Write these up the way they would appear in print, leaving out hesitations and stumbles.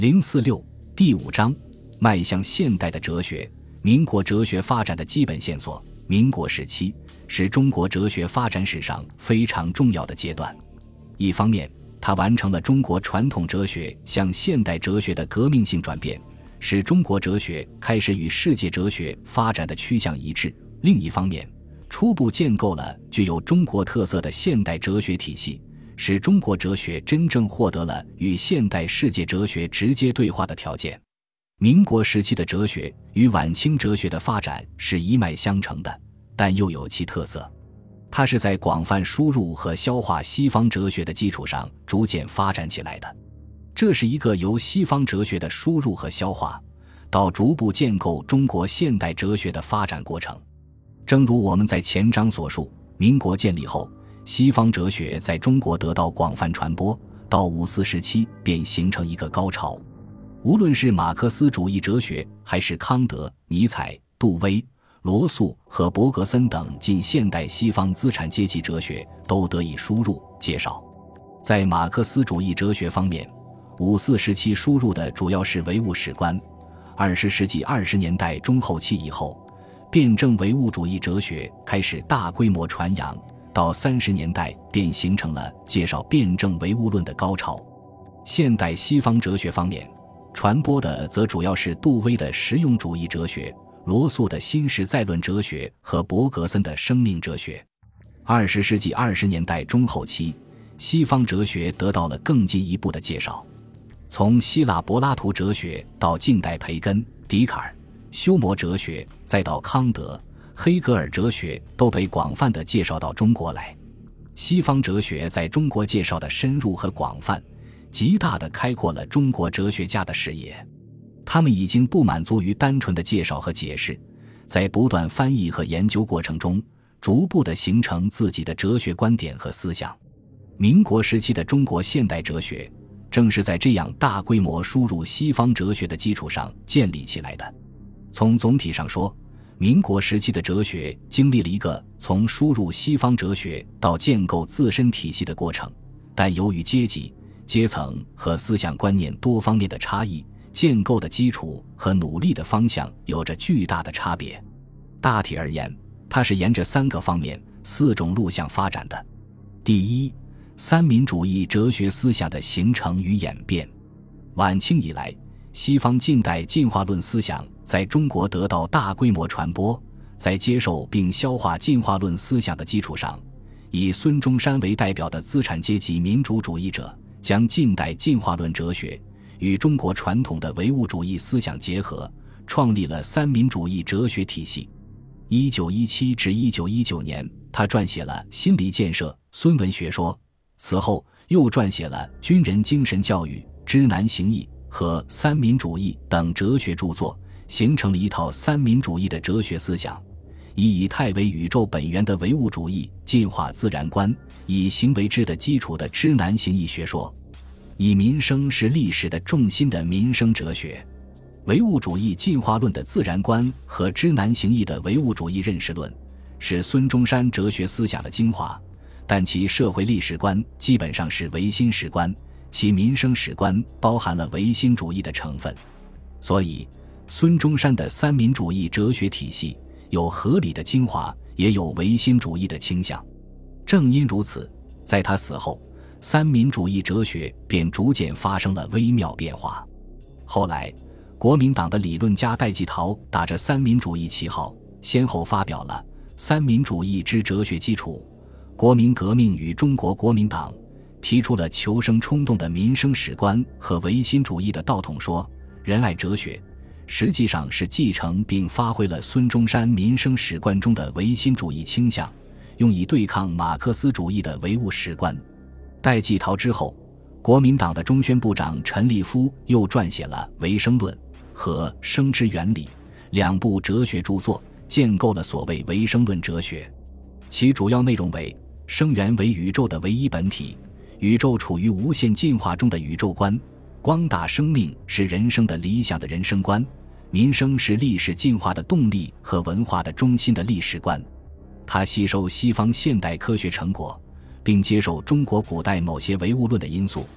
046第5章迈向现代的哲学，民国哲学发展的基本线索。民国时期是中国哲学发展史上非常重要的阶段。一方面，它完成了中国传统哲学向现代哲学的革命性转变，使中国哲学开始与世界哲学发展的趋向一致；另一方面，初步建构了具有中国特色的现代哲学体系，使中国哲学真正获得了与现代世界哲学直接对话的条件。民国时期的哲学与晚清哲学的发展是一脉相承的，但又有其特色。它是在广泛输入和消化西方哲学的基础上逐渐发展起来的。这是一个由西方哲学的输入和消化到逐步建构中国现代哲学的发展过程。正如我们在前章所述，民国建立后，西方哲学在中国得到广泛传播，到五四时期便形成一个高潮。无论是马克思主义哲学，还是康德、尼采、杜威、罗素和伯格森等近现代西方资产阶级哲学都得以输入介绍。在马克思主义哲学方面，五四时期输入的主要是唯物史观，20世纪20年代中后期以后，辩证唯物主义哲学开始大规模传扬，到30年代便形成了介绍辩证唯物论的高潮。现代西方哲学方面，传播的则主要是杜威的实用主义哲学、罗素的新实在论哲学和伯格森的生命哲学。20世纪20年代中后期，西方哲学得到了更进一步的介绍。从希腊柏拉图哲学到近代培根、笛卡尔、休谟哲学，再到康德、黑格尔哲学都被广泛地介绍到中国来。西方哲学在中国介绍的深入和广泛，极大地开阔了中国哲学家的视野。他们已经不满足于单纯的介绍和解释，在不断翻译和研究过程中，逐步地形成自己的哲学观点和思想。民国时期的中国现代哲学正是在这样大规模输入西方哲学的基础上建立起来的。从总体上说，民国时期的哲学经历了一个从输入西方哲学到建构自身体系的过程，但由于阶级、阶层和思想观念多方面的差异，建构的基础和努力的方向有着巨大的差别。大体而言，它是沿着3个方面、4种路向发展的。第一，三民主义哲学思想的形成与演变。晚清以来，西方近代进化论思想在中国得到大规模传播，在接受并消化进化论思想的基础上，以孙中山为代表的资产阶级民主主义者将近代进化论哲学与中国传统的唯物主义思想结合，创立了三民主义哲学体系。1917至1919年，他撰写了《心理建设》《孙文学说》，此后又撰写了《军人精神教育》《知难行易》和《三民主义》等哲学著作，形成了一套三民主义的哲学思想，以态为宇宙本源的唯物主义进化自然观，以行为之的基础的知难行易学说，以民生是历史的重心的民生哲学。唯物主义进化论的自然观和知难行易的唯物主义认识论是孙中山哲学思想的精华，但其社会历史观基本上是唯心史观，其民生史观包含了唯心主义的成分。所以孙中山的三民主义哲学体系有合理的精华，也有唯心主义的倾向。正因如此，在他死后，三民主义哲学便逐渐发生了微妙变化。后来国民党的理论家戴季陶打着三民主义旗号，先后发表了《三民主义之哲学基础》《国民革命与中国国民党》，提出了求生冲动的民生史观和唯心主义的道统说。仁爱哲学实际上是继承并发挥了孙中山民生史观中的唯心主义倾向，用以对抗马克思主义的唯物史观。戴季陶之后，国民党的中宣部长陈立夫又撰写了《唯生论》和《生之原理》2部哲学著作，建构了所谓唯生论哲学。其主要内容为：生源为宇宙的唯一本体，宇宙处于无限进化中的宇宙观，光大生命是人生的理想的人生观，民生是历史进化的动力和文化的中心的历史观。它吸收西方现代科学成果，并接受中国古代某些唯物论的因素，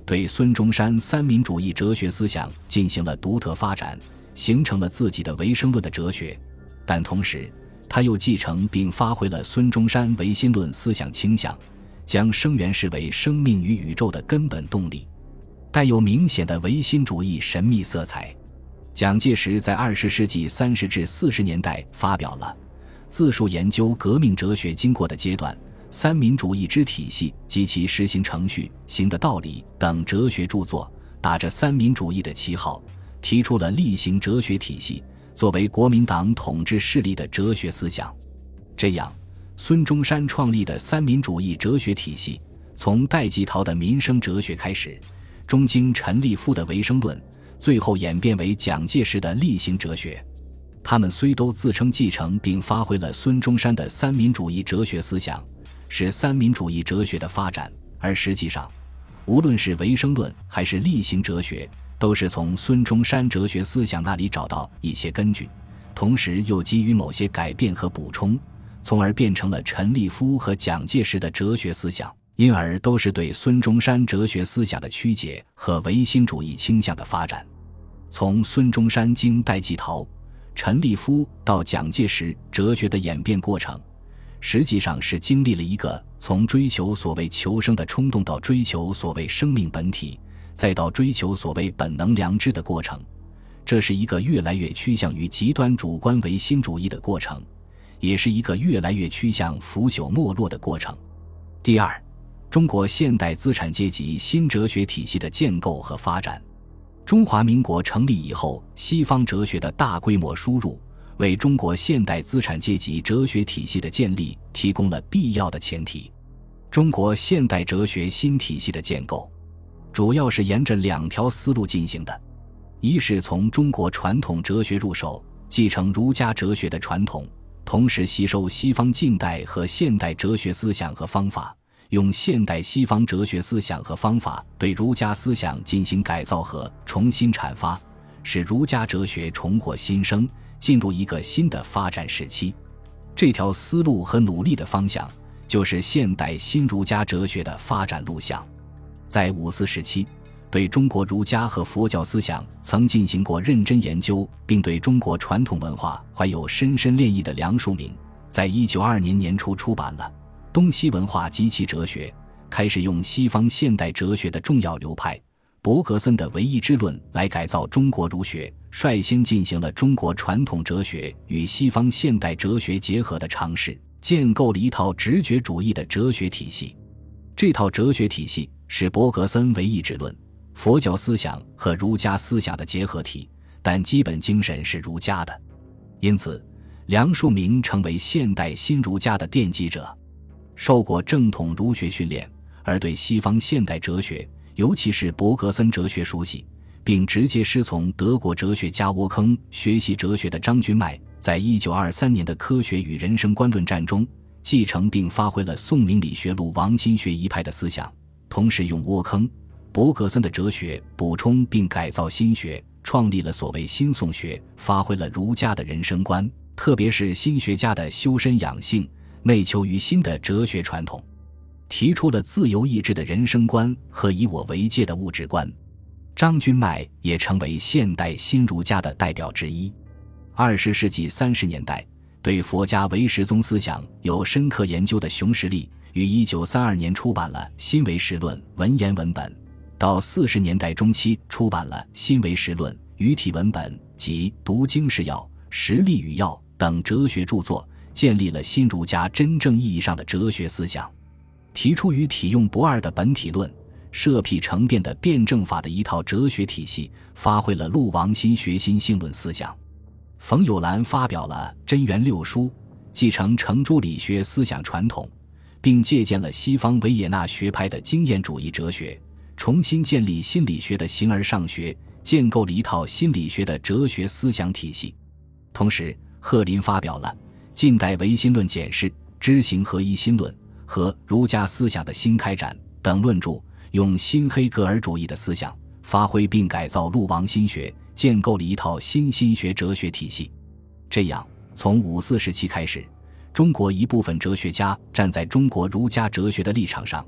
对孙中山三民主义哲学思想进行了独特发展，形成了自己的唯生论的哲学，但同时他又继承并发挥了孙中山唯心论思想倾向，将生源视为生命与宇宙的根本动力，带有明显的唯心主义神秘色彩。蒋介石在20世纪30至40年代发表了自述研究革命哲学经过的阶段、三民主义之体系及其实行程序、行的道理等哲学著作，打着三民主义的旗号，提出了厉行哲学体系作为国民党统治势力的哲学思想。这样，孙中山创立的三民主义哲学体系，从戴季陶的民生哲学开始，中经陈立夫的唯生论，最后演变为蒋介石的厉行哲学。他们虽都自称继承并发挥了孙中山的三民主义哲学思想，是三民主义哲学的发展，而实际上，无论是唯生论还是厉行哲学，都是从孙中山哲学思想那里找到一些根据，同时又给予某些改变和补充，从而变成了陈立夫和蒋介石的哲学思想，因而都是对孙中山哲学思想的曲解和唯心主义倾向的发展。从孙中山经戴季陶、陈立夫到蒋介石哲学的演变过程，实际上是经历了一个从追求所谓求生的冲动到追求所谓生命本体，再到追求所谓本能良知的过程。这是一个越来越趋向于极端主观唯心主义的过程，也是一个越来越趋向腐朽没落的过程。第二，中国现代资产阶级新哲学体系的建构和发展。中华民国成立以后，西方哲学的大规模输入，为中国现代资产阶级哲学体系的建立提供了必要的前提。中国现代哲学新体系的建构，主要是沿着两条思路进行的：一是从中国传统哲学入手，继承儒家哲学的传统，同时吸收西方近代和现代哲学思想和方法，用现代西方哲学思想和方法对儒家思想进行改造和重新阐发，使儒家哲学重获新生，进入一个新的发展时期。这条思路和努力的方向，就是现代新儒家哲学的发展路向。在五四时期，对中国儒家和佛教思想曾进行过认真研究，并对中国传统文化怀有深深恋意的梁漱溟，在1922年年初出版了《东西文化及其哲学》，开始用西方现代哲学的重要流派伯格森的唯意志论来改造中国儒学，率先进行了中国传统哲学与西方现代哲学结合的尝试，建构了一套直觉主义的哲学体系。这套哲学体系是伯格森唯意志论、佛教思想和儒家思想的结合体，但基本精神是儒家的。因此，梁漱溟成为现代新儒家的奠基者。受过正统儒学训练，而对西方现代哲学，尤其是伯格森哲学熟悉，并直接师从德国哲学家沃坑学习哲学的张君迈，在1923年的科学与人生观论战中，继承并发挥了宋明理学陆王心学一派的思想，同时用沃坑、伯格森的哲学补充并改造心学，创立了所谓新宋学，发挥了儒家的人生观，特别是新学家的修身养性、内求于心的哲学传统，提出了自由意志的人生观和以我为戒的物质观。张君迈也成为现代新儒家的代表之一。20世纪30年代，对佛家唯识宗思想有深刻研究的熊十力，于1932年出版了《新唯识论》文言文本，到40年代中期出版了《新唯识论》语体文本及《读经释要》《实例语要》等哲学著作，建立了新儒家真正意义上的哲学思想。提出与体用不二的本体论、设辟成变的辩证法的一套哲学体系，发挥了陆王心学心性论思想。冯友兰发表了《真元六书》，继承程朱理学思想传统，并借鉴了西方维也纳学派的经验主义哲学，重新建立心理学的形而上学，建构了一套心理学的哲学思想体系。同时，贺林发表了《近代唯心论简释》、《知行合一心论》和《儒家思想的新开展》等论著，用新黑格尔主义的思想发挥并改造陆王心学，建构了一套新心学哲学体系。这样，从五四时期开始，中国一部分哲学家站在中国儒家哲学的立场上，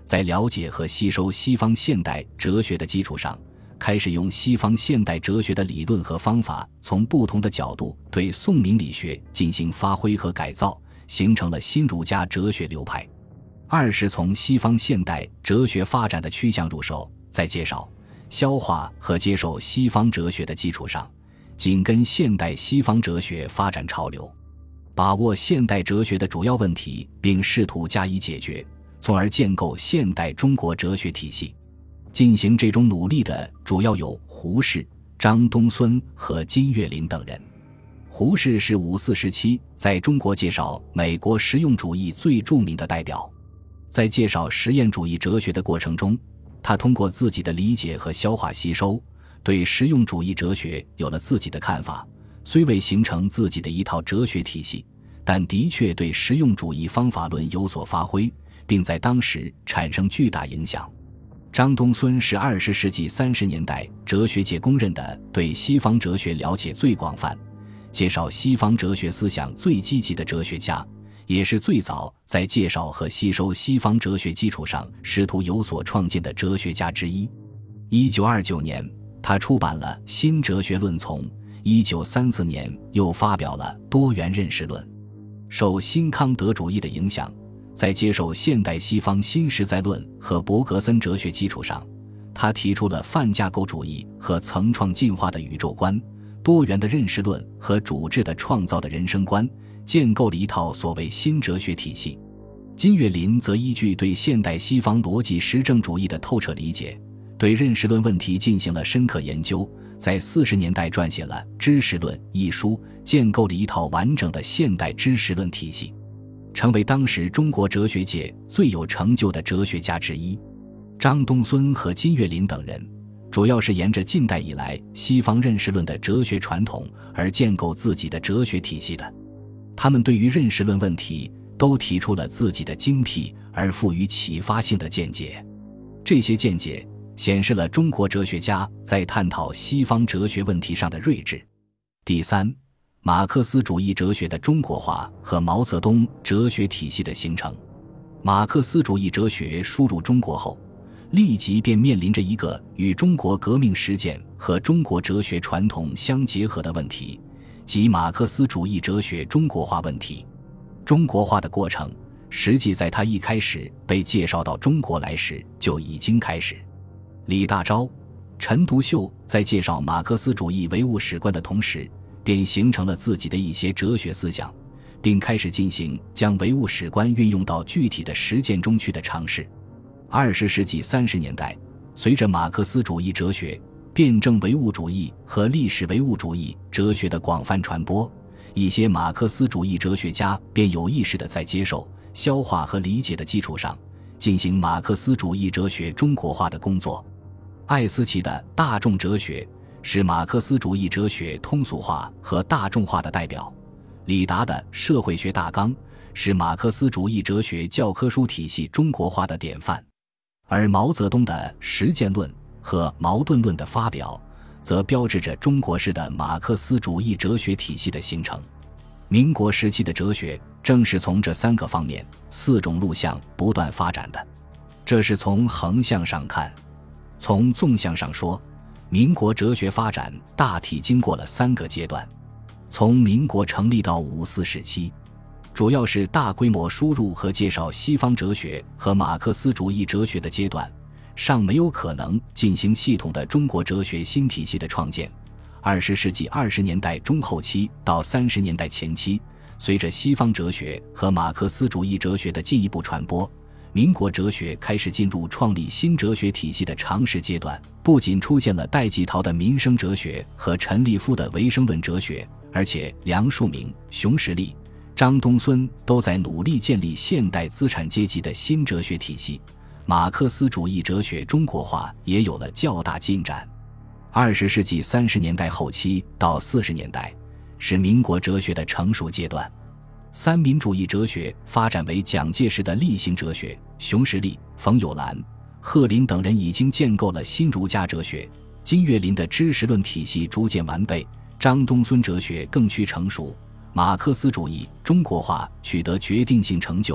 在了解和吸收西方现代哲学的基础上，开始用西方现代哲学的理论和方法，从不同的角度对宋明理学进行发挥和改造，形成了新儒家哲学流派。二是从西方现代哲学发展的趋向入手，在介绍、消化和接受西方哲学的基础上，紧跟现代西方哲学发展潮流，把握现代哲学的主要问题，并试图加以解决，从而建构现代中国哲学体系。进行这种努力的主要有胡适、张东荪和金岳霖等人。胡适是54时期在中国介绍美国实用主义最著名的代表。在介绍实验主义哲学的过程中，他通过自己的理解和消化吸收，对实用主义哲学有了自己的看法，虽未形成自己的一套哲学体系，但的确对实用主义方法论有所发挥，并在当时产生巨大影响。张东荪是20世纪30年代哲学界公认的对西方哲学了解最广泛、介绍西方哲学思想最积极的哲学家，也是最早在介绍和吸收西方哲学基础上试图有所创建的哲学家之一。1929年，他出版了《新哲学论丛》，1934年又发表了《多元认识论》。受新康德主义的影响，在接受现代西方新实在论和伯格森哲学基础上，他提出了泛架构主义和层创进化的宇宙观、多元的认识论和主质的创造的人生观，建构了一套所谓新哲学体系。金岳霖则依据对现代西方逻辑实证主义的透彻理解，对认识论问题进行了深刻研究，在40年代撰写了《知识论》一书，建构了一套完整的现代知识论体系，成为当时中国哲学界最有成就的哲学家之一。张东荪和金岳霖等人主要是沿着近代以来西方认识论的哲学传统而建构自己的哲学体系的。他们对于认识论问题都提出了自己的精辟而富于启发性的见解，这些见解显示了中国哲学家在探讨西方哲学问题上的睿智。第三，马克思主义哲学的中国化和毛泽东哲学体系的形成。马克思主义哲学输入中国后，立即便面临着一个与中国革命实践和中国哲学传统相结合的问题，即马克思主义哲学中国化问题。中国化的过程实际在他一开始被介绍到中国来时就已经开始。李大钊、陈独秀在介绍马克思主义唯物史观的同时，便形成了自己的一些哲学思想，并开始进行将唯物史观运用到具体的实践中去的尝试。20世纪30年代，随着马克思主义哲学、辩证唯物主义和历史唯物主义哲学的广泛传播，一些马克思主义哲学家便有意识地在接受、消化和理解的基础上，进行马克思主义哲学中国化的工作。艾思奇的大众哲学是马克思主义哲学通俗化和大众化的代表，李达的社会学大纲是马克思主义哲学教科书体系中国化的典范，而毛泽东的实践论和矛盾论的发表则标志着中国式的马克思主义哲学体系的形成。民国时期的哲学正是从这3个方面、4种路向不断发展的。这是从横向上看。从纵向上说，民国哲学发展大体经过了3个阶段。从民国成立到54时期，主要是大规模输入和介绍西方哲学和马克思主义哲学的阶段，尚没有可能进行系统的中国哲学新体系的创建。20世纪20年代中后期到30年代前期，随着西方哲学和马克思主义哲学的进一步传播，民国哲学开始进入创立新哲学体系的尝试阶段。不仅出现了戴季陶的民生哲学和陈立夫的唯生论哲学，而且梁漱溟、熊十力、张东荪都在努力建立现代资产阶级的新哲学体系，马克思主义哲学中国化也有了较大进展。20世纪30年代后期到40年代是民国哲学的成熟阶段。三民主义哲学发展为蒋介石的例行哲学，熊十力、冯友兰、贺林等人已经建构了新儒家哲学，金岳霖的知识论体系逐渐完备，张东荪哲学更趋成熟，马克思主义中国化取得决定性成就，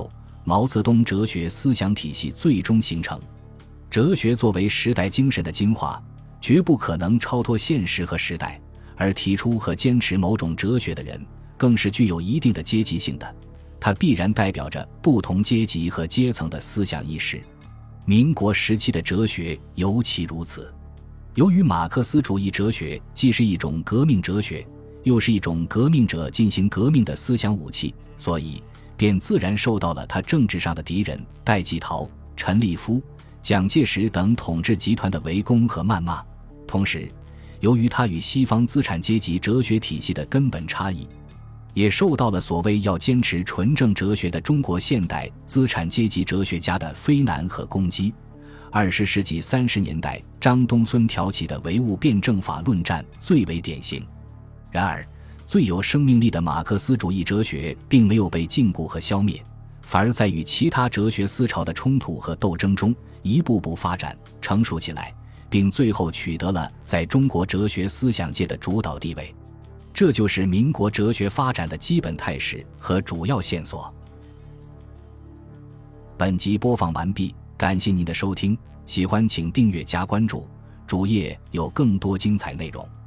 毛泽东哲学思想体系最终形成。哲学作为时代精神的精华，绝不可能超脱现实和时代，而提出和坚持某种哲学的人，更是具有一定的阶级性的，它必然代表着不同阶级和阶层的思想意识。民国时期的哲学尤其如此。由于马克思主义哲学既是一种革命哲学，又是一种革命者进行革命的思想武器，所以便自然受到了他政治上的敌人戴季陶、陈立夫、蒋介石等统治集团的围攻和谩骂。同时，由于他与西方资产阶级哲学体系的根本差异，也受到了所谓要坚持纯正哲学的中国现代资产阶级哲学家的非难和攻击。20世纪30年代张东荪挑起的唯物辩证法论战最为典型。然而，最有生命力的马克思主义哲学并没有被禁锢和消灭，反而在与其他哲学思潮的冲突和斗争中一步步发展成熟起来，并最后取得了在中国哲学思想界的主导地位。这就是民国哲学发展的基本态势和主要线索。本集播放完毕，感谢您的收听，喜欢请订阅加关注，主页有更多精彩内容。